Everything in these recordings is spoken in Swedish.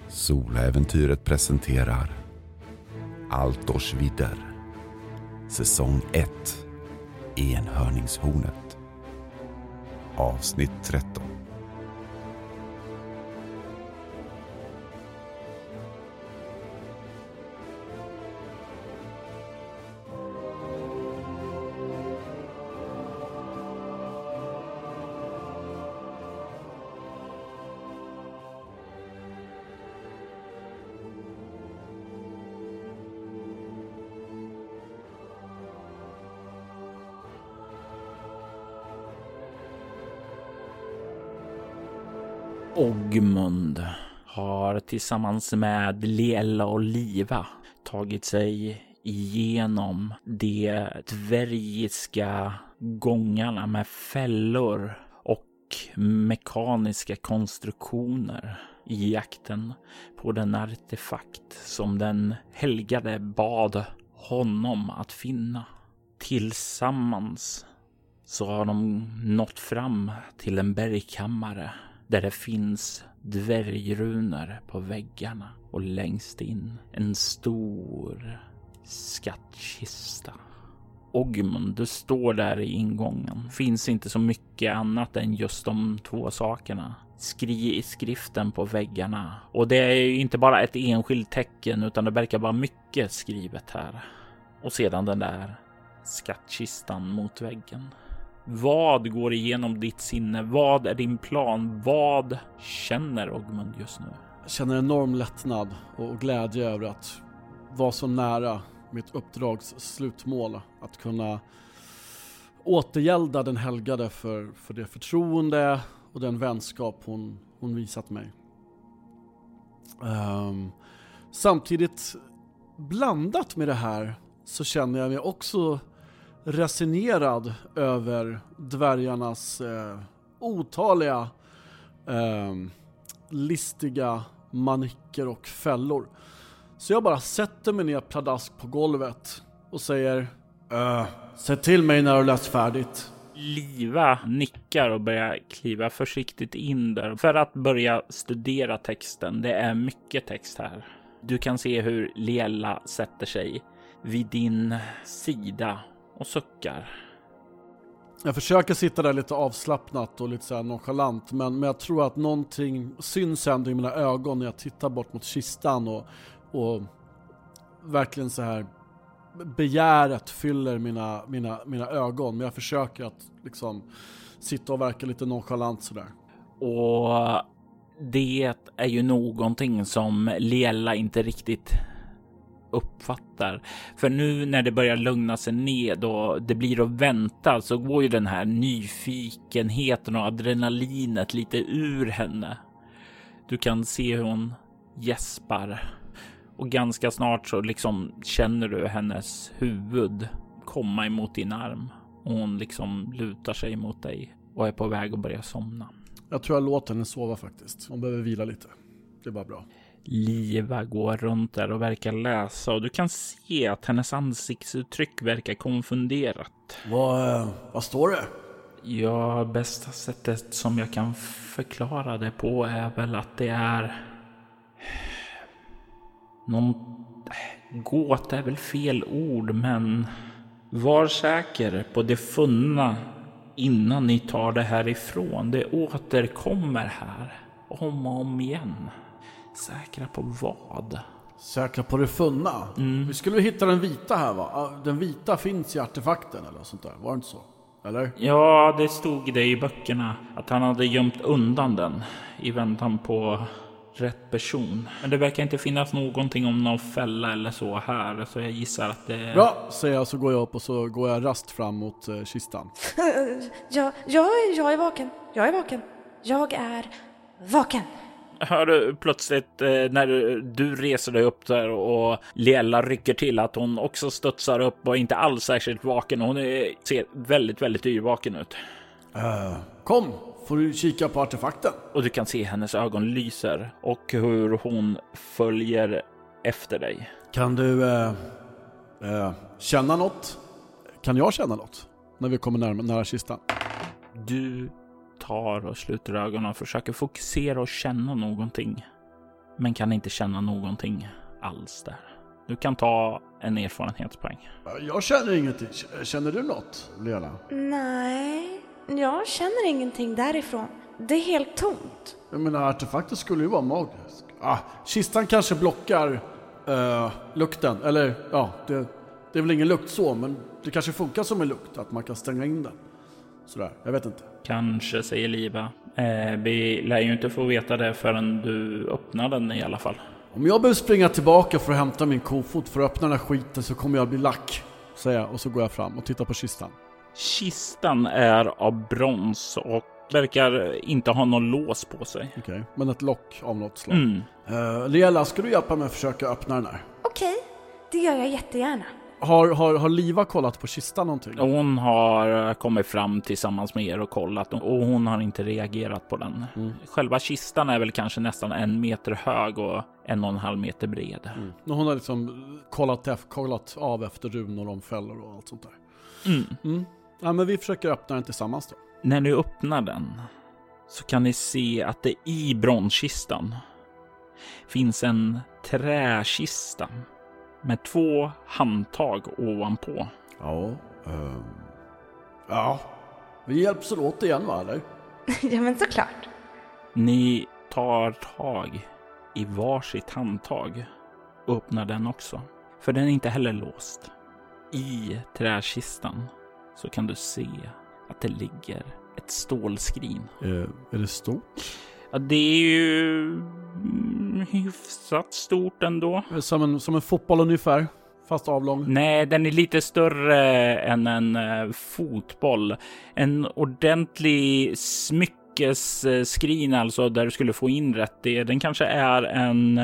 Soläventyret presenterar Altors vidder. Säsong 1. Enhörningshornet. Avsnitt 13. Ogmund har tillsammans med Liella och Liva tagit sig igenom de dvärgiska gångarna med fällor och mekaniska konstruktioner i jakten på den artefakt som den helgade bad honom att finna. Tillsammans så har de nått fram till en bergkammare där det finns dvärgruner på väggarna och längst in en stor skattkista. Ogmund, du står där i ingången. Finns inte så mycket annat än just de två sakerna. Skriften på väggarna. Och det är ju inte bara ett enskilt tecken utan det verkar vara mycket skrivet här. Och sedan den där skattkistan mot väggen. Vad går igenom ditt sinne? Vad är din plan? Vad känner Ogmund just nu? Jag känner enorm lättnad och glädje över att vara så nära mitt uppdrags slutmål. Att kunna återgälda den helgade för det förtroende och den vänskap hon visat mig. Samtidigt blandat med det här så känner jag mig också resignerad över dvärgarnas otaliga listiga manicker och fällor. Så jag bara sätter mig ner pladask på golvet och säger säg till mig när du läst färdigt. Liva nickar och börjar kliva försiktigt in där för att börja studera texten. Det är mycket text här. Du kan se hur Liella sätter sig vid din sida och suckar. Jag försöker sitta där lite avslappnat och lite så här nonchalant, men jag tror att någonting syns ändå i mina ögon när jag tittar bort mot kistan och verkligen så här begäret fyller mina ögon, men jag försöker att liksom sitta och verka lite nonchalant sådär. Och det är ju någonting som Liella inte riktigt uppfattar. För nu när det börjar lugna sig ned och det blir att vänta så går ju den här nyfikenheten och adrenalinet lite ur henne. Du kan se hur hon gäspar och ganska snart så liksom känner du hennes huvud komma emot din arm och hon liksom lutar sig mot dig och är på väg att börja somna. Jag tror jag låter henne sova faktiskt. Hon behöver vila lite. Det är bara bra. Liva går runt där och verkar läsa och du kan se att hennes ansiktsuttryck verkar konfunderat. Vad står det? Ja, bästa sättet som jag kan förklara det på är väl att det är någon gåta är väl fel ord, men var säker på det funna innan ni tar det härifrån. Det återkommer här om och om igen. Säkra på vad? Säkra på det funna? Vi skulle hitta den vita här, va? Den vita finns i artefakten eller sånt där, var det inte så? Eller? Ja, det stod det i böckerna att han hade gömt undan den i väntan på rätt person. Men det verkar inte finnas någonting om någon fälla eller så här, så jag gissar att det... Bra, säger jag, så går jag upp och så går jag rast fram mot kistan. Jag är vaken. Jag är vaken. Hör du plötsligt när du reser dig upp där och Liella rycker till att hon också studsar upp och inte alls särskilt vaken. Hon ser väldigt, väldigt yrvaken ut. Kom, får du kika på artefakten. Och du kan se hennes ögon lyser och hur hon följer efter dig. Kan du känna något? Kan jag känna något när vi kommer nära kistan? Du tar och sluter ögonen och försöker fokusera och känna någonting. men kan inte känna någonting alls där. Du kan ta en erfarenhetspoäng. Jag känner ingenting. Känner du något, Lena? Nej, jag känner ingenting därifrån. Det är helt tomt. Jag menar, artefakter skulle ju vara magisk. Kistan kanske blockar lukten. Eller, ja, det är väl ingen lukt så, men det kanske funkar som en lukt. Att man kan stänga in den. Sådär, jag vet inte. Kanske, säger Liva. Vi lär ju inte få veta det förrän du öppnar den i alla fall. Om jag behöver springa tillbaka för att hämta min kofot för att öppna den här skiten så kommer jag bli lack, säger jag. Och så går jag fram och tittar på kistan. Kistan är av brons och verkar inte ha någon lås på sig. Okej, men ett lock av något slag. Liela, ska du hjälpa mig att försöka öppna den här? Okej, det gör jag jättegärna. Har Liva kollat på kistan någonting? Hon har kommit fram tillsammans med er och kollat och hon har inte reagerat på den. Själva kistan är väl kanske nästan 1 meter hög och 1,5 meter bred. Hon har liksom kollat av efter runor om fällor och allt sånt där. Ja, men vi försöker öppna den tillsammans då. När ni öppnar den så kan ni se att det i bronskistan finns en träkista med 2 handtag ovanpå. Ja, vi hjälps åt igen, va, eller? Ja, men såklart. Ni tar tag i varsitt handtag och öppnar den också. För den är inte heller låst. I träkistan så kan du se att det ligger ett stålskrin. Är det stort? Ja, det är ju hyfsat stort ändå. Som en fotboll ungefär, fast avlång. Nej, den är lite större än en fotboll. En ordentlig smyckesskrin, alltså där du skulle få in rätt. Den kanske är en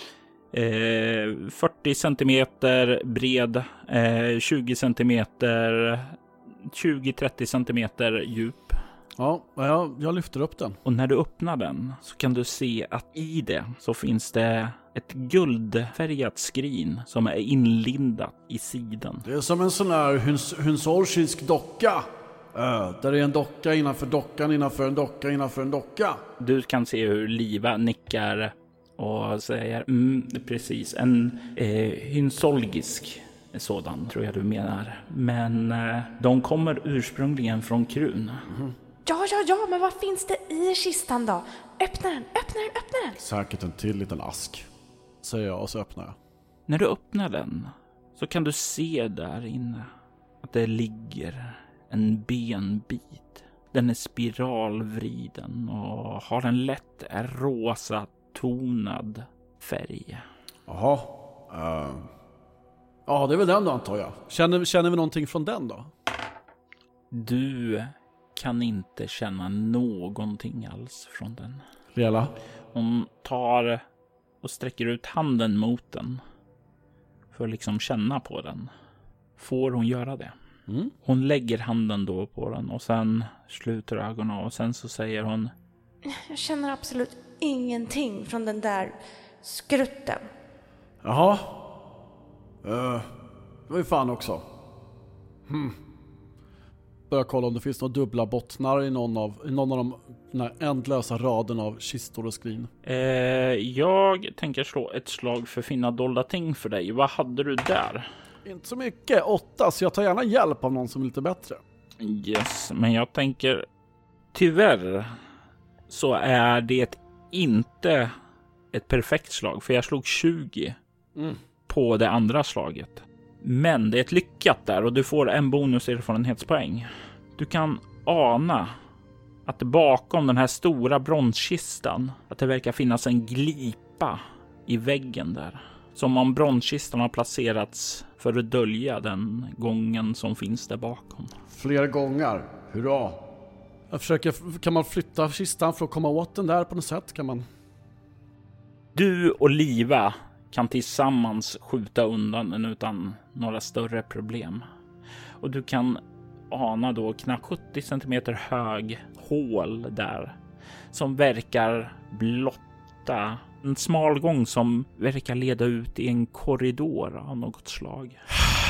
40 centimeter bred, 20 centimeter, 20-30 centimeter djup. Ja, jag lyfter upp den. Och när du öppnar den så kan du se att i det så finns det ett guldfärgat skrin som är inlindat i sidan. Det är som en sån här hunsorsisk docka. Där är en docka innanför dockan, innanför en docka, innanför en docka. Du kan se hur Liva nickar och säger precis, en hynsolgisk sådan tror jag du menar. Men de kommer ursprungligen från Krun. Ja, men vad finns det i kistan då? Öppna den. Säkert en till liten ask, säger jag och så öppnar jag. När du öppnar den så kan du se där inne att det ligger en benbit. Den är spiralvriden och har en lätt rosa tonad färg. Jaha. Ja, det är väl den då, antar jag. Känner vi någonting från den då? Du kan inte känna någonting alls från den. Lela? Hon tar och sträcker ut handen mot den för att liksom känna på den. Får hon göra det? Hon lägger handen då på den och sen sluter ögonen och sen så säger hon: Jag känner absolut ingenting från den där skrutten. Jaha. Det var ju fan också. Börjar kolla om det finns några dubbla bottnar i någon av den här ändlösa raden av kistor och skrin. Jag tänker slå ett slag för finna dolda ting för dig. Vad hade du där? Inte så mycket, 8, så jag tar gärna hjälp av någon som är lite bättre. Yes, men jag tänker tyvärr så är det inte ett perfekt slag, för jag slog 20 på det andra slaget. Men det är ett lyckat där och du får en bonuserfarenhetspoäng. Du kan ana att bakom den här stora bronskistan att det verkar finnas en glipa i väggen där. Som om bronskistan har placerats för att dölja den gången som finns där bakom. Fler gånger, hurra! Kan man flytta kistan för att komma åt den där på något sätt? Kan man? Du och Liva kan tillsammans skjuta undan den utan några större problem. Och du kan ana då knappt 70 centimeter hög hål där som verkar blotta en smal gång som verkar leda ut i en korridor av något slag.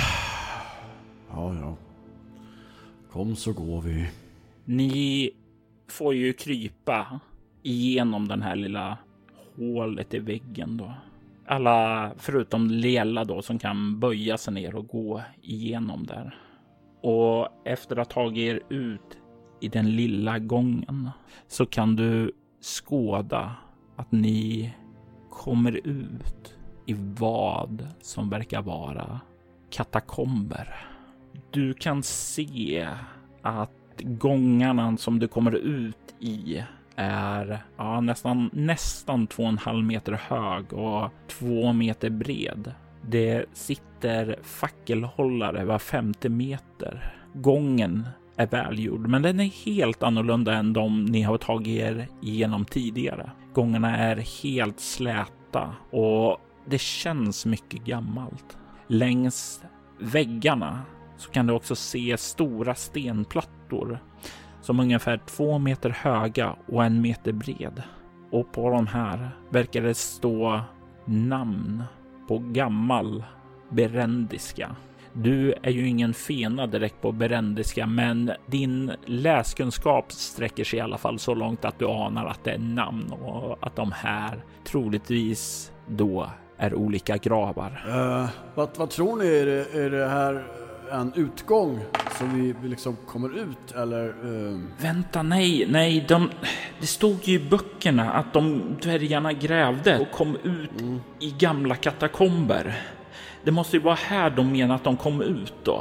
Ja. Kom så går vi. Ni får ju krypa igenom den här lilla hålet i väggen då. Alla förutom Lela då som kan böja sig ner och gå igenom där. Och efter att ha tagit er ut i den lilla gången så kan du skåda att ni kommer ut i vad som verkar vara katakomber. Du kan se att gångarna som du kommer ut i är nästan 2,5 meter hög och 2 meter bred. Det sitter fackelhållare var 50 meter. Gången är välgjord, men den är helt annorlunda än de ni har tagit er igenom tidigare. Gångarna är helt släta och det känns mycket gammalt. Längs väggarna så kan du också se stora stenplattor som är ungefär 2 meter höga och 1 meter bred. Och på de här verkar det stå namn på gammal berendiska. Du är ju ingen fena direkt på berendiska, men din läskunskap sträcker sig i alla fall så långt att du anar att det är namn och att de här troligtvis då är olika gravar. Vad tror ni? Är det här en utgång så vi liksom kommer ut eller? Vänta, nej, det stod ju i böckerna att de dvärgarna grävde och kom ut i gamla katakomber. Det måste ju vara här de menar att de kom ut då.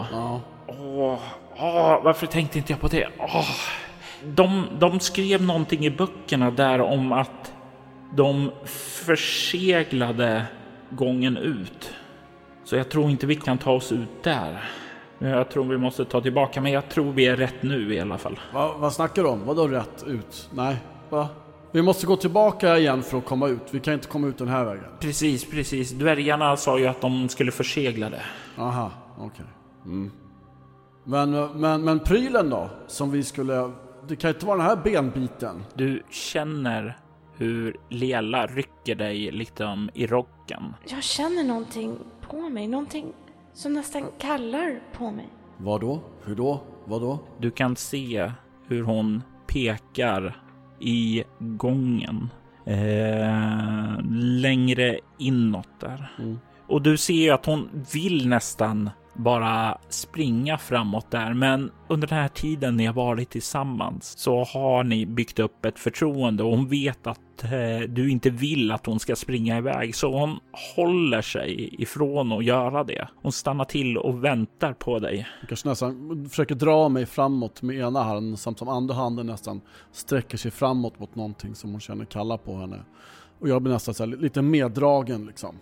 Ja. Varför tänkte inte jag på det? De skrev någonting i böckerna där om att de förseglade gången ut. Så jag tror inte vi kan ta oss ut där. Jag tror vi måste ta tillbaka, men jag tror vi är rätt nu i alla fall. Vad snackar du om? Vadå rätt ut? Nej, va? Vi måste gå tillbaka igen för att komma ut. Vi kan inte komma ut den här vägen. Precis. Dvärgarna sa ju att de skulle försegla det. Aha, okej. Men prylen då? Som vi skulle... Det kan inte vara den här benbiten. Du känner hur Lela rycker dig lite i rocken. Jag känner någonting på mig. Någonting som nästan kallar på mig. Vadå? Hur då? Vadå? Du kan se hur hon pekar i gången längre inåt där. Och du ser ju att hon vill nästan bara springa framåt där, men under den här tiden ni har varit tillsammans så har ni byggt upp ett förtroende och hon vet att du inte vill att hon ska springa iväg, så hon håller sig ifrån att göra det. Hon stannar till och väntar på dig. Jag kanske nästan försöker dra mig framåt med ena handen samt som andra handen nästan sträcker sig framåt mot någonting som hon känner kalla på henne. Och jag blir nästan så här, lite meddragen liksom.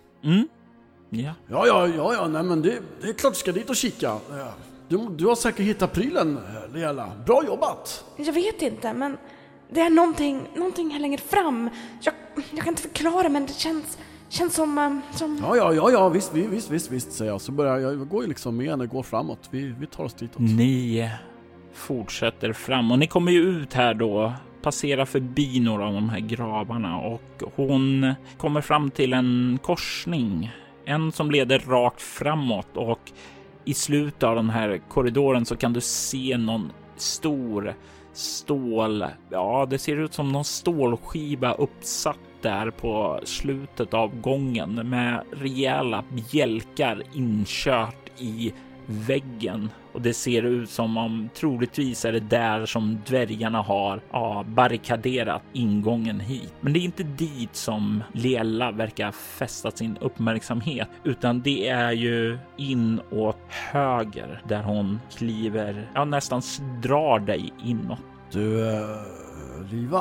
Ja. Ja, nej men det är klart du ska dit och kika. Du har säkert hittat prylen, Lela. Bra jobbat! Jag vet inte, men det är någonting här längre fram. Jag kan inte förklara, men det känns som... Ja, visst, säger jag. Så börjar jag går ju liksom med när det går framåt. Vi tar oss ditåt. Ni fortsätter fram och ni kommer ju ut här då. Passerar förbi några av de här gravarna och hon kommer fram till en korsning. En som leder rakt framåt och i slutet av den här korridoren så kan du se någon stor stål. Ja, det ser ut som någon stålskiva uppsatt där på slutet av gången med rejäla bjälkar inkört i väggen. Och det ser ut som om troligtvis är det där som dvärgarna har barrikaderat ingången hit. Men det är inte dit som Lela verkar fästa sin uppmärksamhet, utan det är ju in åt höger där hon kliver, nästan drar dig inåt. Du, Liva?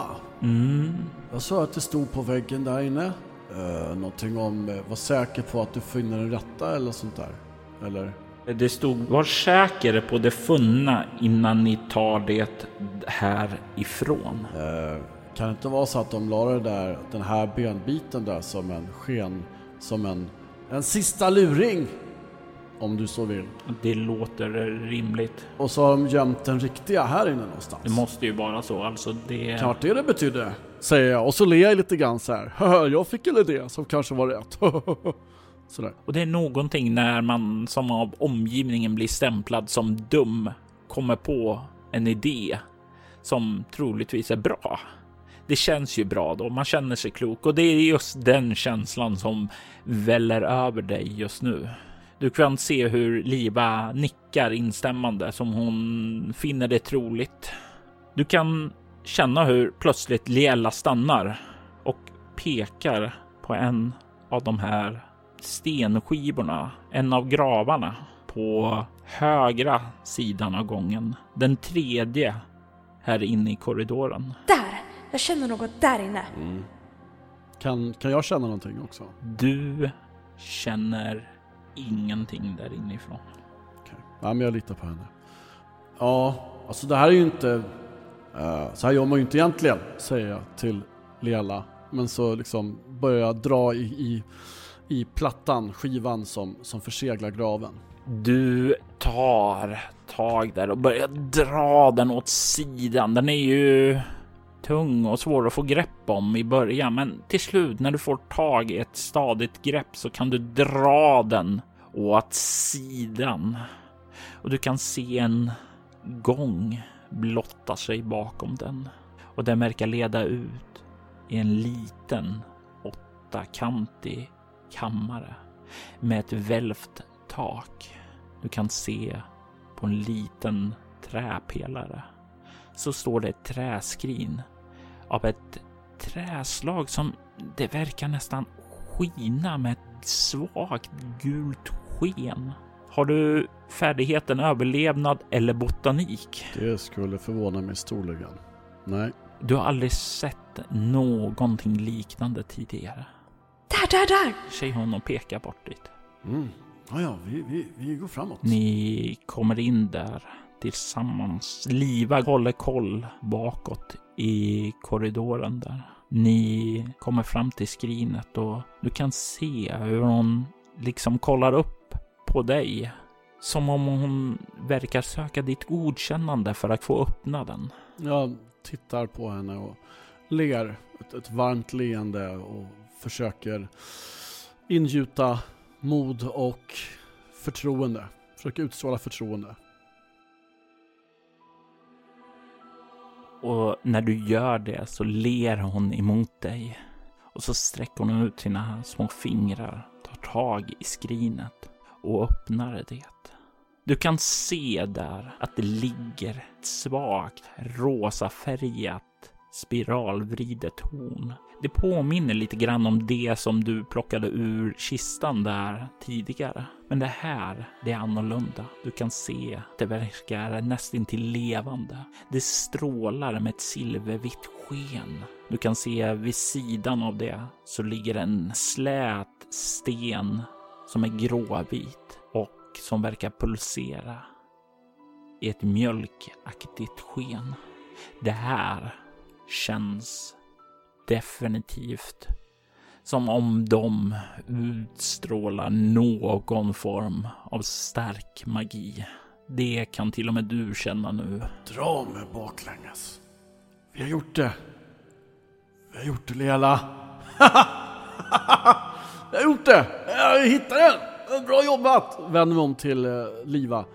Jag sa att det stod på väggen där inne. Någonting om, var säker på att du finner den rätta eller sånt där, eller? Det stod, var säker på det funna innan ni tar det härifrån. Kan det inte vara så att de la det där, den här benbiten där som en sken, som en sista luring, om du så vill? Det låter rimligt. Och så har de gömt den riktiga här inne någonstans. Det måste ju vara så, alltså det... Klart det betyder, säger jag. Och så ler jag lite grann så här. Jag fick en idé som kanske var rätt. Sådär. Och det är någonting när man som av omgivningen blir stämplad som dum kommer på en idé som troligtvis är bra. Det känns ju bra då, man känner sig klok och det är just den känslan som väller över dig just nu. Du kan se hur Liva nickar instämmande som hon finner det troligt. Du kan känna hur plötsligt Liella stannar och pekar på en av de här stenskivorna, en av gravarna på högra sidan av gången. Den tredje här inne i korridoren. Där! Jag känner något där inne. Kan jag känna någonting också? Du känner ingenting där inifrån. Okej. Ja, men jag litar på henne. Ja, alltså det här är ju inte... så här gör man ju inte egentligen, säger jag till Liella. Men så liksom börjar jag dra i plattan, skivan som förseglar graven. Du tar tag där och börjar dra den åt sidan. Den är ju tung och svår att få grepp om i början, men till slut när du får tag i ett stadigt grepp så kan du dra den åt sidan. Och du kan se en gång blotta sig bakom den. Och den verkar leda ut i en liten 8-kantig kammare med ett välvt tak. Du kan se på en liten träpelare så står det ett träskrin av ett träslag som det verkar nästan skina med ett svagt gult sken. Har du färdigheten överlevnad eller botanik? Det skulle förvåna mig storligen. Nej. Du har aldrig sett någonting liknande tidigare. Där! Säger hon och pekar bort dit. Ja, vi går framåt. Ni kommer in där tillsammans. Liva håller koll bakåt i korridoren där. Ni kommer fram till skrinet och du kan se hur hon liksom kollar upp på dig. Som om hon verkar söka ditt godkännande för att få öppna den. Jag tittar på henne och ler ett varmt leende och försöker ingjuta mod och förtroende. Försöker utstråla förtroende. Och när du gör det så ler hon emot dig. Och så sträcker hon ut sina små fingrar, tar tag i skrinet och öppnar det. Du kan se där att det ligger ett svagt rosa färgat spiralvridet horn. Det påminner lite grann om det som du plockade ur kistan där tidigare. Men det här, det är annorlunda. Du kan se att det verkar nästintill levande. Det strålar med ett silvervitt sken. Du kan se vid sidan av det så ligger en slät sten som är gråvit och som verkar pulsera i ett mjölkaktigt sken. Det här känns definitivt som om de utstrålar någon form av stark magi. Det kan till och med du känna nu. Dra mig baklänges. Vi har gjort det. Liella. Jag har gjort det. Jag hittade den. Bra jobbat. Vänder mig om till Liva.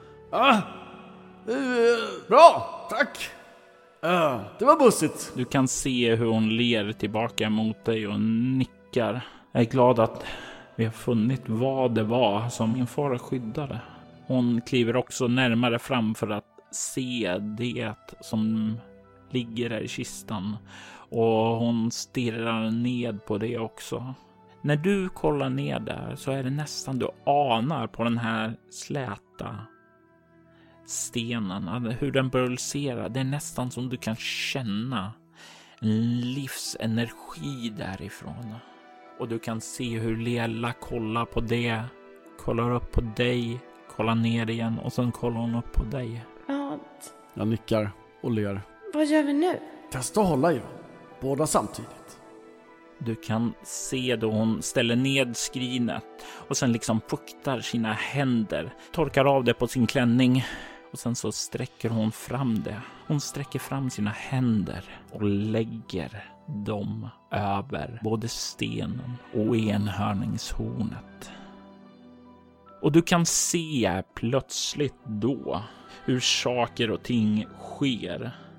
Bra, tack. Det var bussigt. Du kan se hur hon ler tillbaka mot dig och nickar. Jag är glad att vi har funnit vad det var som min far skyddade. Hon kliver också närmare fram för att se det som ligger där i kistan. Och hon stirrar ned på det också. När du kollar ner där så är det nästan du anar på den här släta stenen, hur den pulserar. Det är nästan som du kan känna en livsenergi därifrån. Och du kan se hur Liella kollar på det, kollar upp på dig, kollar ner igen och sen kollar hon upp på dig. Vad? Jag nickar och ler. Vad gör vi nu? Testa att hålla i båda samtidigt. Du kan se då hon ställer ned skrinet och sen liksom fuktar sina händer, torkar av det på sin klänning och sen så sträcker hon fram det. Hon sträcker fram sina händer och lägger dem över både stenen och enhörningshornet. Och du kan se plötsligt då hur saker och ting sker.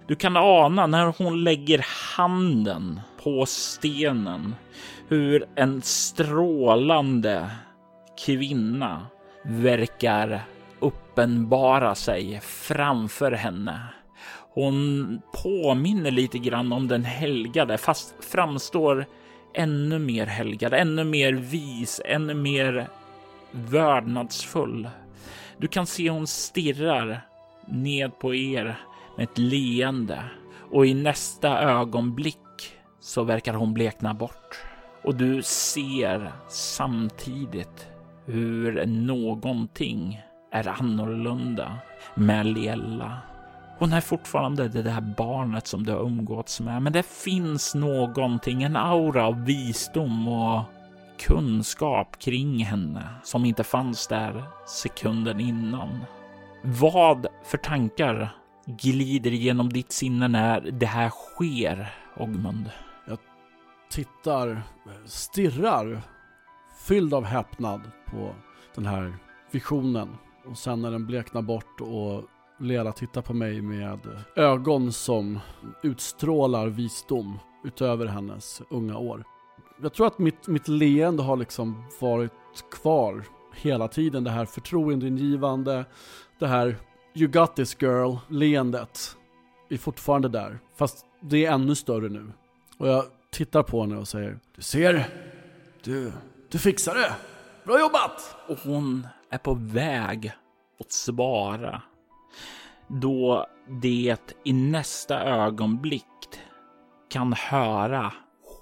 Du kan ana när hon lägger handen på stenen hur en strålande kvinna verkar uppenbara sig framför henne. Hon påminner lite grann om den helgade, fast framstår ännu mer helgad, ännu mer vis, ännu mer vördnadsfull. Du kan se hon stirrar ned på er med ett leende, och i nästa ögonblick så verkar hon blekna bort. Och du ser samtidigt hur någonting är annorlunda med Liella. Hon är fortfarande det där barnet som du har umgåtts med, men det finns någonting, en aura av visdom och kunskap kring henne som inte fanns där sekunden innan. Vad för tankar glider genom ditt sinne när det här sker, Ogmund? Jag tittar, stirrar, fylld av häpnad på den här visionen. Och sen när den bleknar bort och Liella tittar på mig med ögon som utstrålar visdom utöver hennes unga år. Jag tror att mitt leende har liksom varit kvar hela tiden. Det här förtroendeingivande, det här you got this girl leendet är fortfarande där. Fast det är ännu större nu. Och jag tittar på henne och säger: du ser, du fixar det. Bra jobbat! Och hon är på väg att svara, då det i nästa ögonblick kan höra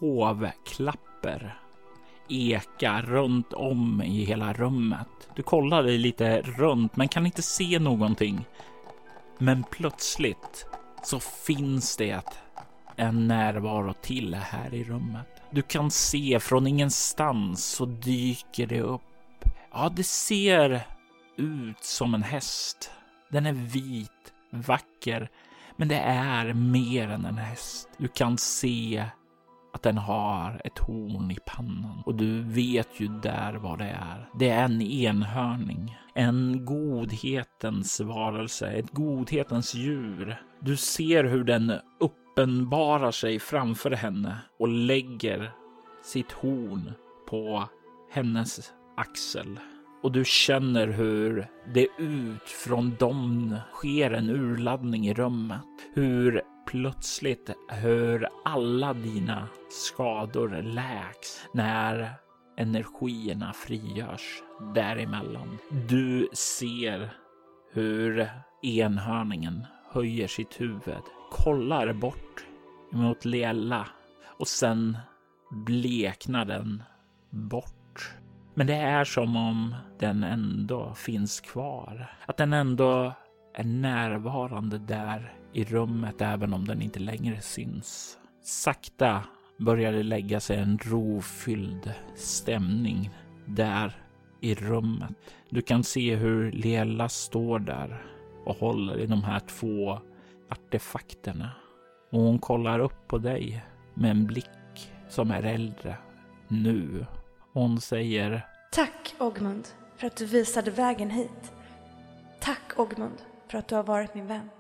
hovklapper eka runt om i hela rummet. Du kollar dig lite runt men kan inte se någonting. Men plötsligt så finns det en närvaro till här i rummet. Du kan se från ingenstans så dyker det upp. Ja, det ser ut som en häst. Den är vit, vacker, men det är mer än en häst. Du kan se att den har ett horn i pannan och du vet ju där vad det är. Det är en enhörning, en godhetens varelse, ett godhetens djur. Du ser hur den uppenbarar sig framför henne och lägger sitt horn på hennes axel. Och du känner hur det ut från dem sker en urladdning i rummet. Hur plötsligt hör alla dina skador läks när energierna frigörs däremellan. Du ser hur enhörningen höjer sitt huvud, kollar bort mot Liella och sen bleknar den bort. Men det är som om den ändå finns kvar. Att den ändå är närvarande där i rummet även om den inte längre syns. Sakta börjar det lägga sig en rofylld stämning där i rummet. Du kan se hur Liella står där och håller i de här 2 artefakterna. Och hon kollar upp på dig med en blick som är äldre nu. Hon säger: Tack Ogmund för att du visade vägen hit. Tack Ogmund för att du har varit min vän.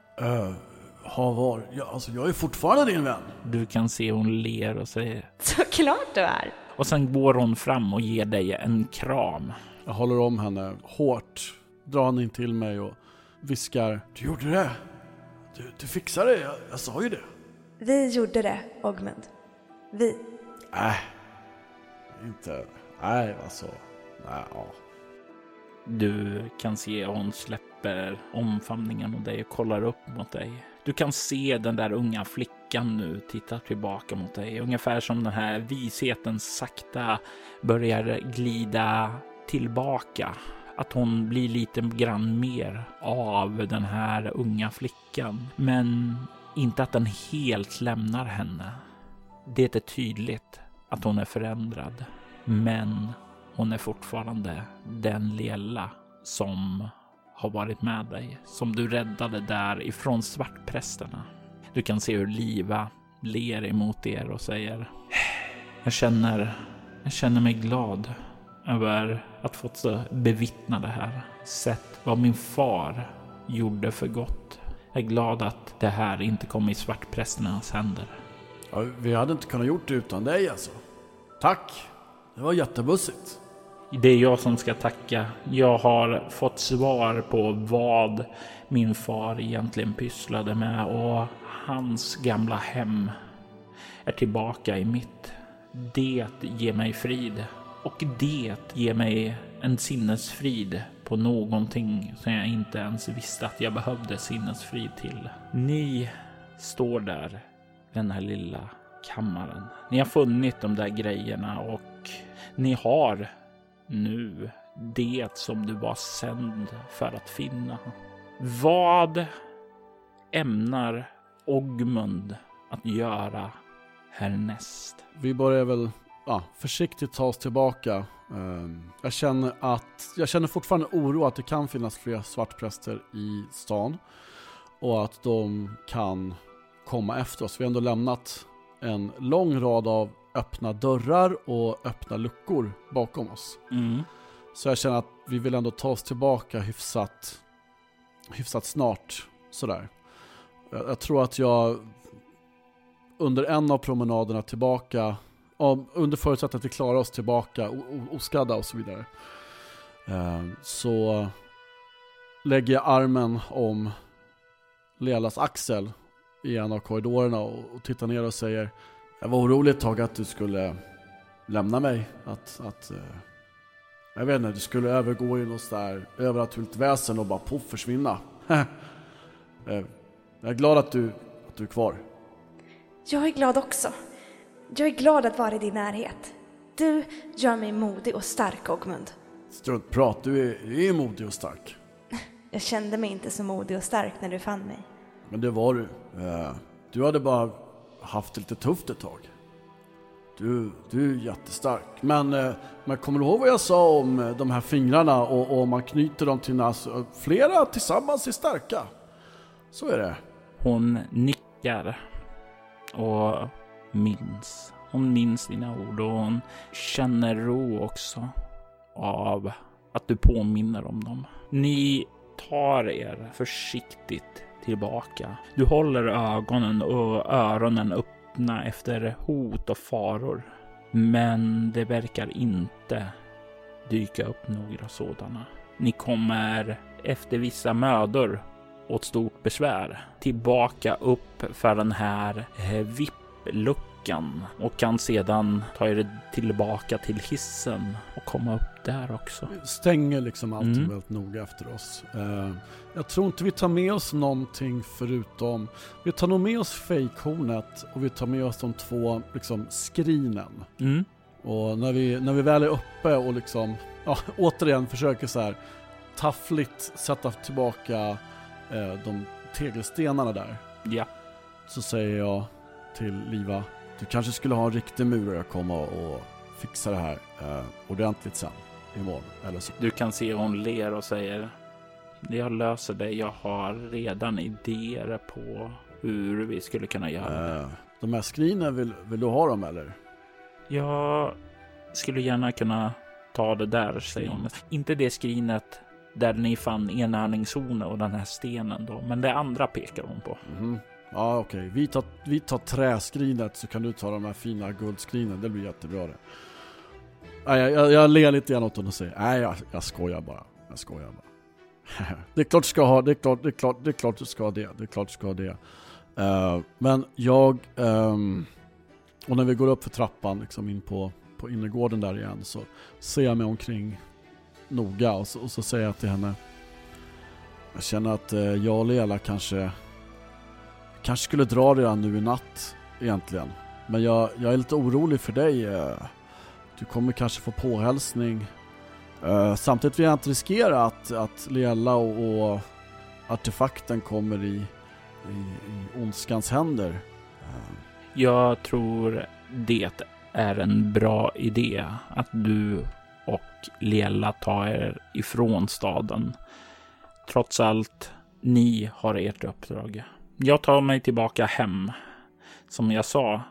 Jag är fortfarande din vän. Du kan se hon ler och säger: Såklart du är. Och sen går hon fram och ger dig en kram. Jag håller om henne hårt, drar henne in till mig och viskar: du gjorde det. Du fixade det, jag sa ju det. Vi gjorde det, Ogmund. Vi. Du kan se att hon släpper omfamningen mot dig och kollar upp mot dig. Du kan se den där unga flickan nu titta tillbaka mot dig. Ungefär som den här visheten sakta börjar glida tillbaka. Att hon blir lite grann mer av den här unga flickan. Men inte att den helt lämnar henne. Det är tydligt att hon är förändrad. Men hon är fortfarande den Liella som har varit med dig. Som du räddade där ifrån svartprästerna. Du kan se hur Liva ler emot er och säger: Jag känner mig glad över att få bevittna det här. Sett vad min far gjorde för gott. Jag är glad att det här inte kom i svartprästernas händer. Ja, vi hade inte kunnat gjort det utan dig alltså. Tack, det var jättebussigt. Det är jag som ska tacka. Jag har fått svar på vad min far egentligen pysslade med och hans gamla hem är tillbaka i mitt. Det ger mig frid och det ger mig en sinnesfrid på någonting som jag inte ens visste att jag behövde sinnesfrid till. Ni står där i den här lilla kammaren. Ni har funnit de där grejerna och ni har nu det som du var sänd för att finna. Vad ämnar Ogmund att göra härnäst? Vi börjar väl försiktigt ta oss tillbaka. Jag känner fortfarande oro att det kan finnas fler svartpräster i stan och att de kan komma efter oss. Vi har ändå lämnat en lång rad av öppna dörrar och öppna luckor bakom oss. Så jag känner att vi vill ändå ta oss tillbaka hyfsat snart sådär. Jag tror att jag under en av promenaderna tillbaka, under förutsatt att vi klarar oss tillbaka oskadda och så vidare, så lägger jag armen om Lelas axel i en av korridorerna och tittar ner och säger: jag var orolig ett tag att du skulle lämna mig, att jag vet inte, du skulle övergå i något där övernaturligt väsen och bara försvinna. Jag är glad att du är kvar. Jag är glad också. Jag är glad att vara i din närhet. Du gör mig modig och stark, Ogmund. Struntprat, du är modig och stark. Jag kände mig inte så modig och stark när du fann mig. Men det var du. Du hade bara haft det lite tufft ett tag. Du är jättestark. Men kommer du ihåg vad jag sa om de här fingrarna och man knyter dem till flera tillsammans är starka. Så är det. Hon nickar och minns. Hon minns dina ord och hon känner ro också av att du påminner om dem. Ni tar er försiktigt tillbaka. Du håller ögonen och öronen öppna efter hot och faror. Men det verkar inte dyka upp några sådana. Ni kommer efter vissa mödor och ett stort besvär tillbaka upp för den här vippluckan och kan sedan ta er tillbaka till hissen och komma upp där också. Vi stänger liksom allting väldigt noga efter oss. Jag tror inte vi tar med oss någonting förutom, vi tar nog med oss fejkhornet och vi tar med oss de 2 liksom skrinen. Och när vi väl är uppe och liksom återigen försöker så här taffligt sätta tillbaka de tegelstenarna där. Ja. Så säger jag till Liva: du kanske skulle ha en riktig murare komma och fixa det här ordentligt sen imorgon eller så. Du kan se hon ler och säger: jag löser det. Jag har redan idéer på hur vi skulle kunna göra det. De här skrinen, vill du ha dem eller? Jag skulle gärna kunna ta det där, säger hon. Inte det skrinet där ni fann enhörningszonen och den här stenen då, men det andra pekar hon på. Ja, okej. Vi tar träskrinet så kan du ta de här fina guldskrinen. Det blir jättebra det. Jag ler lite grann åt honom och säger: nej, jag skojar bara. Det är klart du ska ha det. Det är klart du ska ha det. Men jag och när vi går upp för trappan liksom in på innergården där igen, så ser jag mig omkring noga och så säger jag till henne: jag känner att jag och Lela kanske skulle dra redan nu i natt egentligen. Men jag är lite orolig för dig. Du kommer kanske få påhälsning. Samtidigt vill jag inte riskera att Lela och artefakten kommer i ondskans händer. Jag tror det är en bra idé att du och Lela tar er ifrån staden. Trots allt, ni har ert uppdrag. Jag tar mig tillbaka hem. Som jag sa,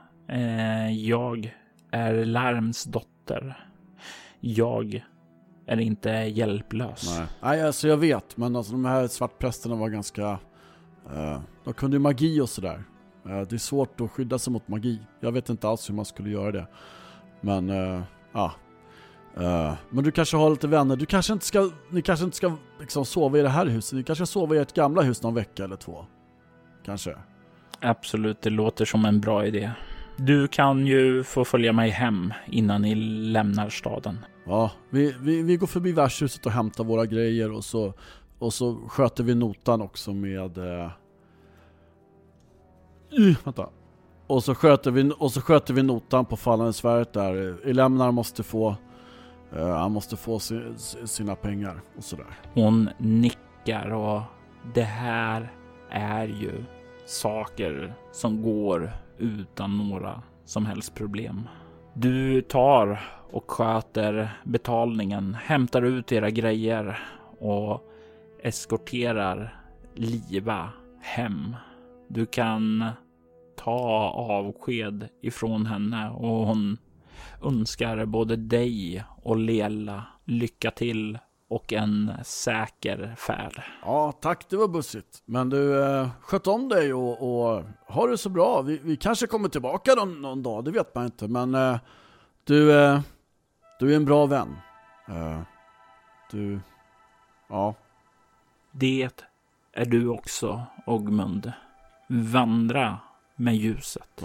jag är Larms dotter. Jag är inte hjälplös. Nej, alltså jag vet, men alltså de här svartprästerna var ganska De kunde ju magi och sådär. Det är svårt att skydda sig mot magi. Jag vet inte alls hur man skulle göra det. Men men du kanske har lite vänner. Ni kanske inte ska liksom sova i det här huset. Ni kanske ska sova i ett gamla hus någon vecka eller 2. Kanske. Absolut, det låter som en bra idé. Du kan ju få följa mig hem innan ni lämnar staden. Ja, vi går förbi värdshuset och hämtar våra grejer och så sköter vi notan också med vänta. Och så sköter vi notan på fallande svärdet där. Elämnar måste få sina pengar och sådär. Hon nickar och det här är ju saker som går utan några som helst problem. Du tar och sköter betalningen, hämtar ut era grejer och eskorterar Liva hem. Du kan ta avsked ifrån henne och hon önskar både dig och Lela lycka till och en säker färd. Ja, tack, det var bussigt. Men du, sköt om dig och ha det så bra. Vi kanske kommer tillbaka någon dag, det vet man inte. Men du är en bra vän. Ja. Det är du också, Ogmund. Vandra med ljuset.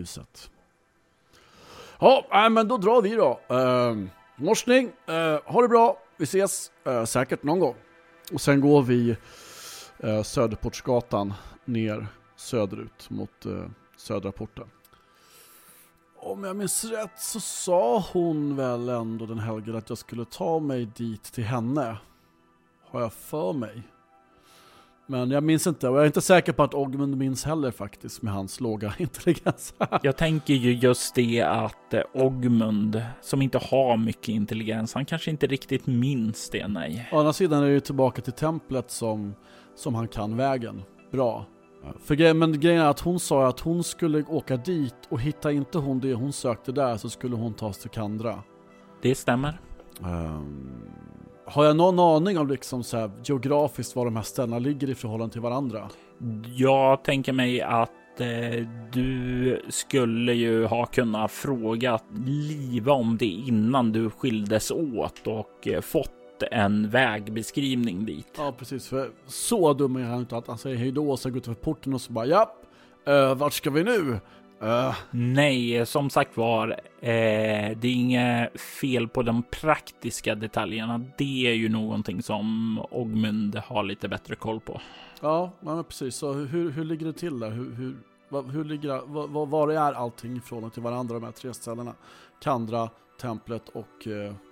Ja, men då drar vi då. Morsning, ha det bra. Vi ses säkert någon gång. Och sen går vi Söderportsgatan ner söderut mot södra porten. Om jag minns rätt så sa hon väl ändå den helgen att jag skulle ta mig dit till henne. Har jag för mig. Men jag minns inte, och jag är inte säker på att Ogmund minns heller faktiskt med hans låga intelligens. Jag tänker ju just det att Ogmund, som inte har mycket intelligens, han kanske inte riktigt minns det, nej. Å andra sidan är det ju tillbaka till templet som han kan vägen. Bra. Men grejen är att hon sa att hon skulle åka dit och hitta inte hon det hon sökte där så skulle hon ta sig till Kandra. Det stämmer. Har jag någon aning om liksom så här, geografiskt var de här ställena ligger i förhållande till varandra? Jag tänker mig att du skulle ju ha kunnat fråga Liva om det innan du skildes åt och fått en vägbeskrivning dit. Ja, precis. För så dum är han inte att han säger hej då och så går ut för porten och så bara vart ska vi nu? Nej, som sagt var, det är inget fel på de praktiska detaljerna. Det är ju någonting som Ogmund har lite bättre koll på. Ja, men precis. Så hur ligger det till där? Hur ligger var är allting ifrån till varandra, de här 3 ställena? Kandra, templet och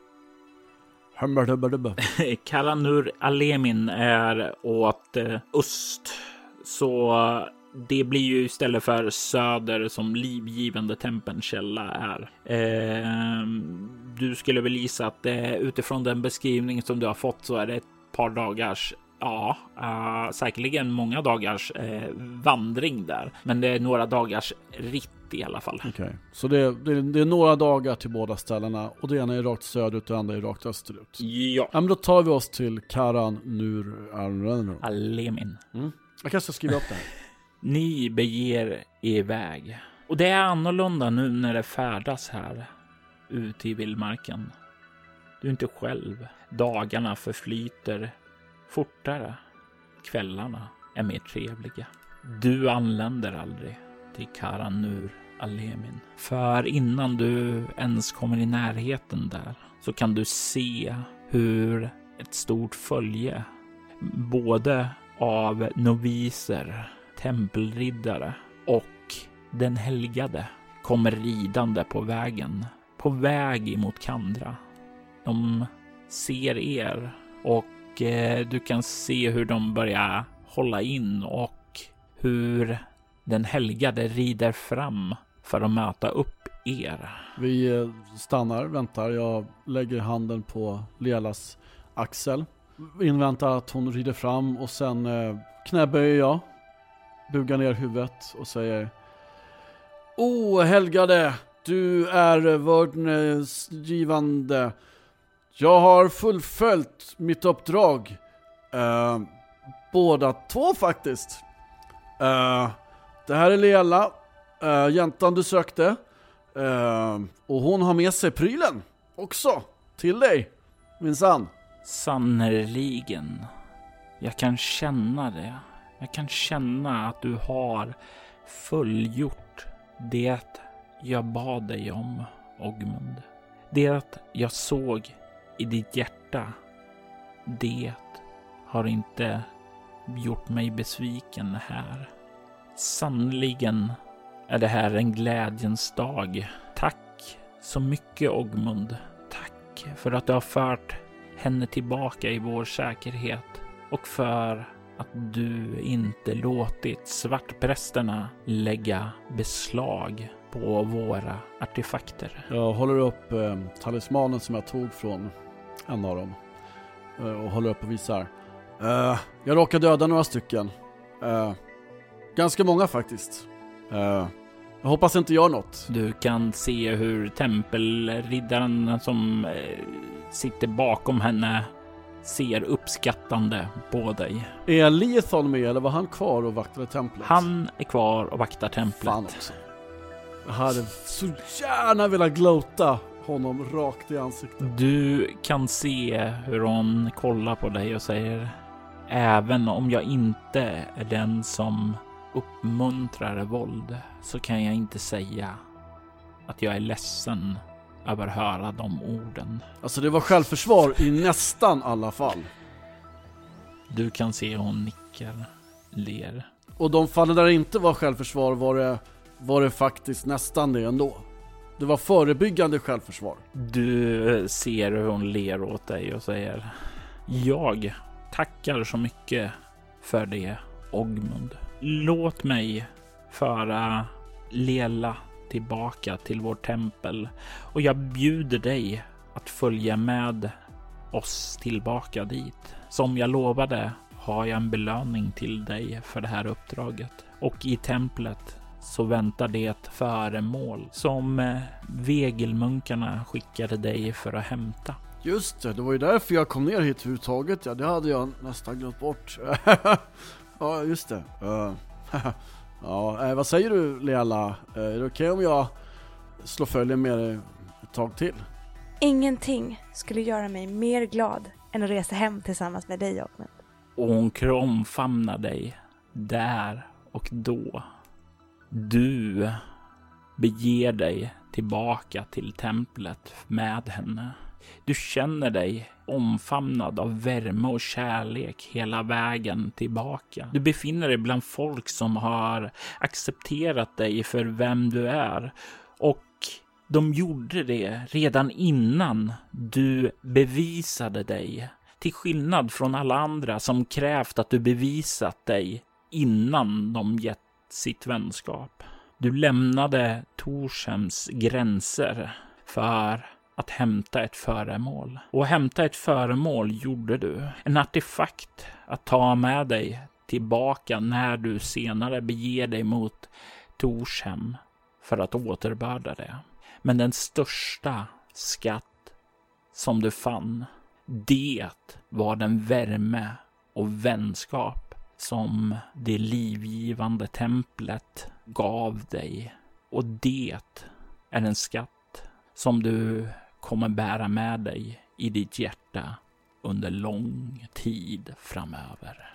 Karanur Alemin är åt öst. Så det blir ju istället för söder som livgivande tempelkälla är. Du skulle väl gissa att utifrån den beskrivning som du har fått så är det ett par dagars, säkerligen många dagars vandring där. Men det är några dagars ritt i alla fall. Okej. Så det är några dagar till båda ställena och det ena är rakt söderut och det andra är rakt österut. Ja. Men då tar vi oss till Karanur Alemin. Jag kanske ska skriva upp det här. Ni beger iväg. Och det är annorlunda nu när det färdas här ute i vildmarken. Du är inte själv. Dagarna förflyter fortare. Kvällarna är mer trevliga. Du anländer aldrig till Karanur Alemin. För innan du ens kommer i närheten där så kan du se hur ett stort följe både av noviser, tempelriddare och den helgade kommer ridande på vägen. På väg emot Kandra. De ser er och du kan se hur de börjar hålla in och hur den helgade rider fram för att möta upp er. Vi stannar, väntar. Jag lägger handen på Lelas axel. Inväntar att hon rider fram och sen knäböjer jag. Bugar ner huvudet och säger: helgade, du är vördnadsgivande. Jag har fullföljt mitt uppdrag. Båda två faktiskt. Det här är Leela, jäntan du sökte. Och hon har med sig prylen också till dig, minsann. Sannerligen. Jag kan känna det. Jag kan känna att du har fullgjort det jag bad dig om, Ogmund. Det jag såg i ditt hjärta, det har inte gjort mig besviken här. Sannoliken är det här en glädjens dag. Tack så mycket, Ogmund. Tack för att du har fört henne tillbaka i vår säkerhet och för att du inte låtit svartprästerna lägga beslag på våra artefakter. Jag håller upp talismanen som jag tog från en av dem och håller upp och visar. Jag råkar döda några stycken. Ganska många faktiskt. Jag hoppas inte gör något. Du kan se hur tempelriddaren som sitter bakom henne ser uppskattande på dig. Är Liethon med eller var han kvar och vaktade templet? Han är kvar och vaktar templet. Fan också. Jag hade så gärna velat glota honom rakt i ansiktet. Du kan se hur hon kollar på dig och säger: även om jag inte är den som uppmuntrar våld så kan jag inte säga att jag är ledsen över att höra de orden. Alltså det var självförsvar i nästan alla fall. Du kan se hon nickar, ler. Och de fallen där det inte var självförsvar var det faktiskt nästan det ändå. Det var förebyggande självförsvar. Du ser hur hon ler åt dig och säger: jag tackar så mycket för det, Ogmund. Låt mig föra Leela tillbaka till vårt tempel och jag bjuder dig att följa med oss tillbaka dit. Som jag lovade har jag en belöning till dig för det här uppdraget. Och i templet så väntar det ett föremål som vegelmunkarna skickade dig för att hämta. Just det var ju därför jag kom ner hit överhuvudtaget. Ja, det hade jag nästan glömt bort. Ja, just det. Ja, vad säger du, Leela? Är det okej om jag slår följe med dig ett tag till? Ingenting skulle göra mig mer glad än att resa hem tillsammans med dig, Ogmund. Och hon omfamnar dig där och då. Du beger dig tillbaka till templet med henne. Du känner dig omfamnad av värme och kärlek hela vägen tillbaka. Du befinner dig bland folk som har accepterat dig för vem du är. Och de gjorde det redan innan du bevisade dig. Till skillnad från alla andra som krävt att du bevisat dig innan de gett sitt vänskap. Du lämnade Torshems gränser för att hämta ett föremål. Och hämta ett föremål gjorde du. En artefakt att ta med dig tillbaka när du senare beger dig mot Torshem för att återbörda det. Men den största skatt som du fann, det var den värme och vänskap som det livgivande templet gav dig. Och det är en skatt som du kommer bära med dig i ditt hjärta under lång tid framöver.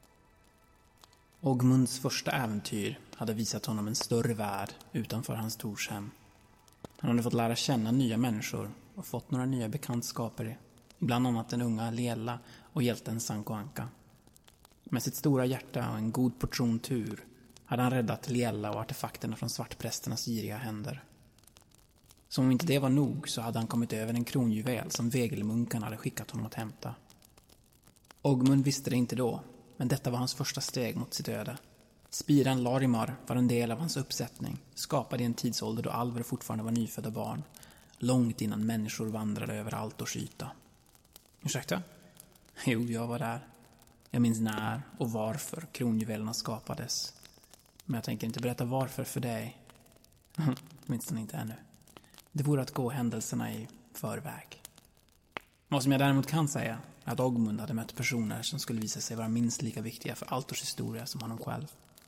Ogmunds första äventyr hade visat honom en större värld utanför hans Torshem. Han hade fått lära känna nya människor och fått några nya bekantskaper, bland annat den unga Leela och hjälten Sanko Anka. Med sitt stora hjärta och en god portion tur hade han räddat Leela och artefakterna från svartprästernas giriga händer. Som om inte det var nog så hade han kommit över en kronjuvel som vegelmunkarna hade skickat honom att hämta. Ogmund visste det inte då, men detta var hans första steg mot sitt öde. Spiran Larimar var en del av hans uppsättning, skapad i en tidsålder då alver fortfarande var nyfödda barn, långt innan människor vandrade över Altors yta. Ursäkta? Jo, jag var där. Jag minns när och varför kronjuvelerna skapades. Men jag tänker inte berätta varför för dig. Minns inte ännu. Det vore att gå händelserna i förväg. Vad som jag däremot kan säga är att Ogmund hade mött personer som skulle visa sig vara minst lika viktiga för Altors historia som honom själv.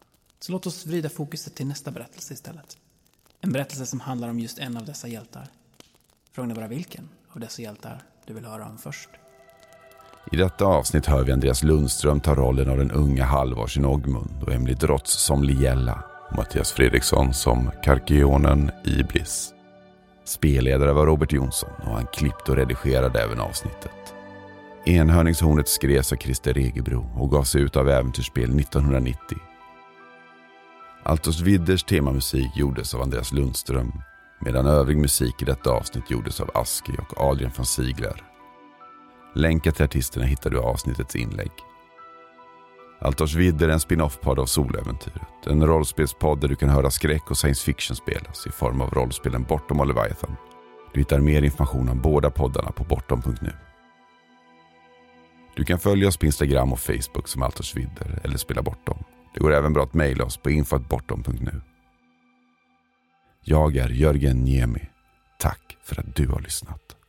Så låt oss vrida fokuset till nästa berättelse istället. En berättelse som handlar om just en av dessa hjältar. Frågan är bara vilken av dessa hjältar du vill höra om först. I detta avsnitt hör vi Andreas Lundström ta rollen av den unga Halvarsin Ogmund och Emily Drotz som Liella och Mattias Fredriksson som Karkionen Iblis. Spelledare var Robert Jonsson och han klippte och redigerade även avsnittet. Enhörningshornet skrevs av Christer Egebro och gavs ut av Äventyrsspel 1990. Altos Vidders temamusik gjordes av Andreas Lundström, medan övrig musik i detta avsnitt gjordes av Aski och Adrian von Ziegler. Länkar till artisterna hittar du i avsnittets inlägg. Altos Vidder är en spin-off-podd av Soläventyret, en rollspelspodd där du kan höra skräck och science fiction spelas i form av rollspelen Bortom och Leviathan. Du hittar mer information om båda poddarna på bortom.nu. Du kan följa oss på Instagram och Facebook som Altos Vidder eller Spela Bortom. Det går även bra att mejla oss på info@bortom.nu. Jag är Jörgen Niemi. Tack för att du har lyssnat.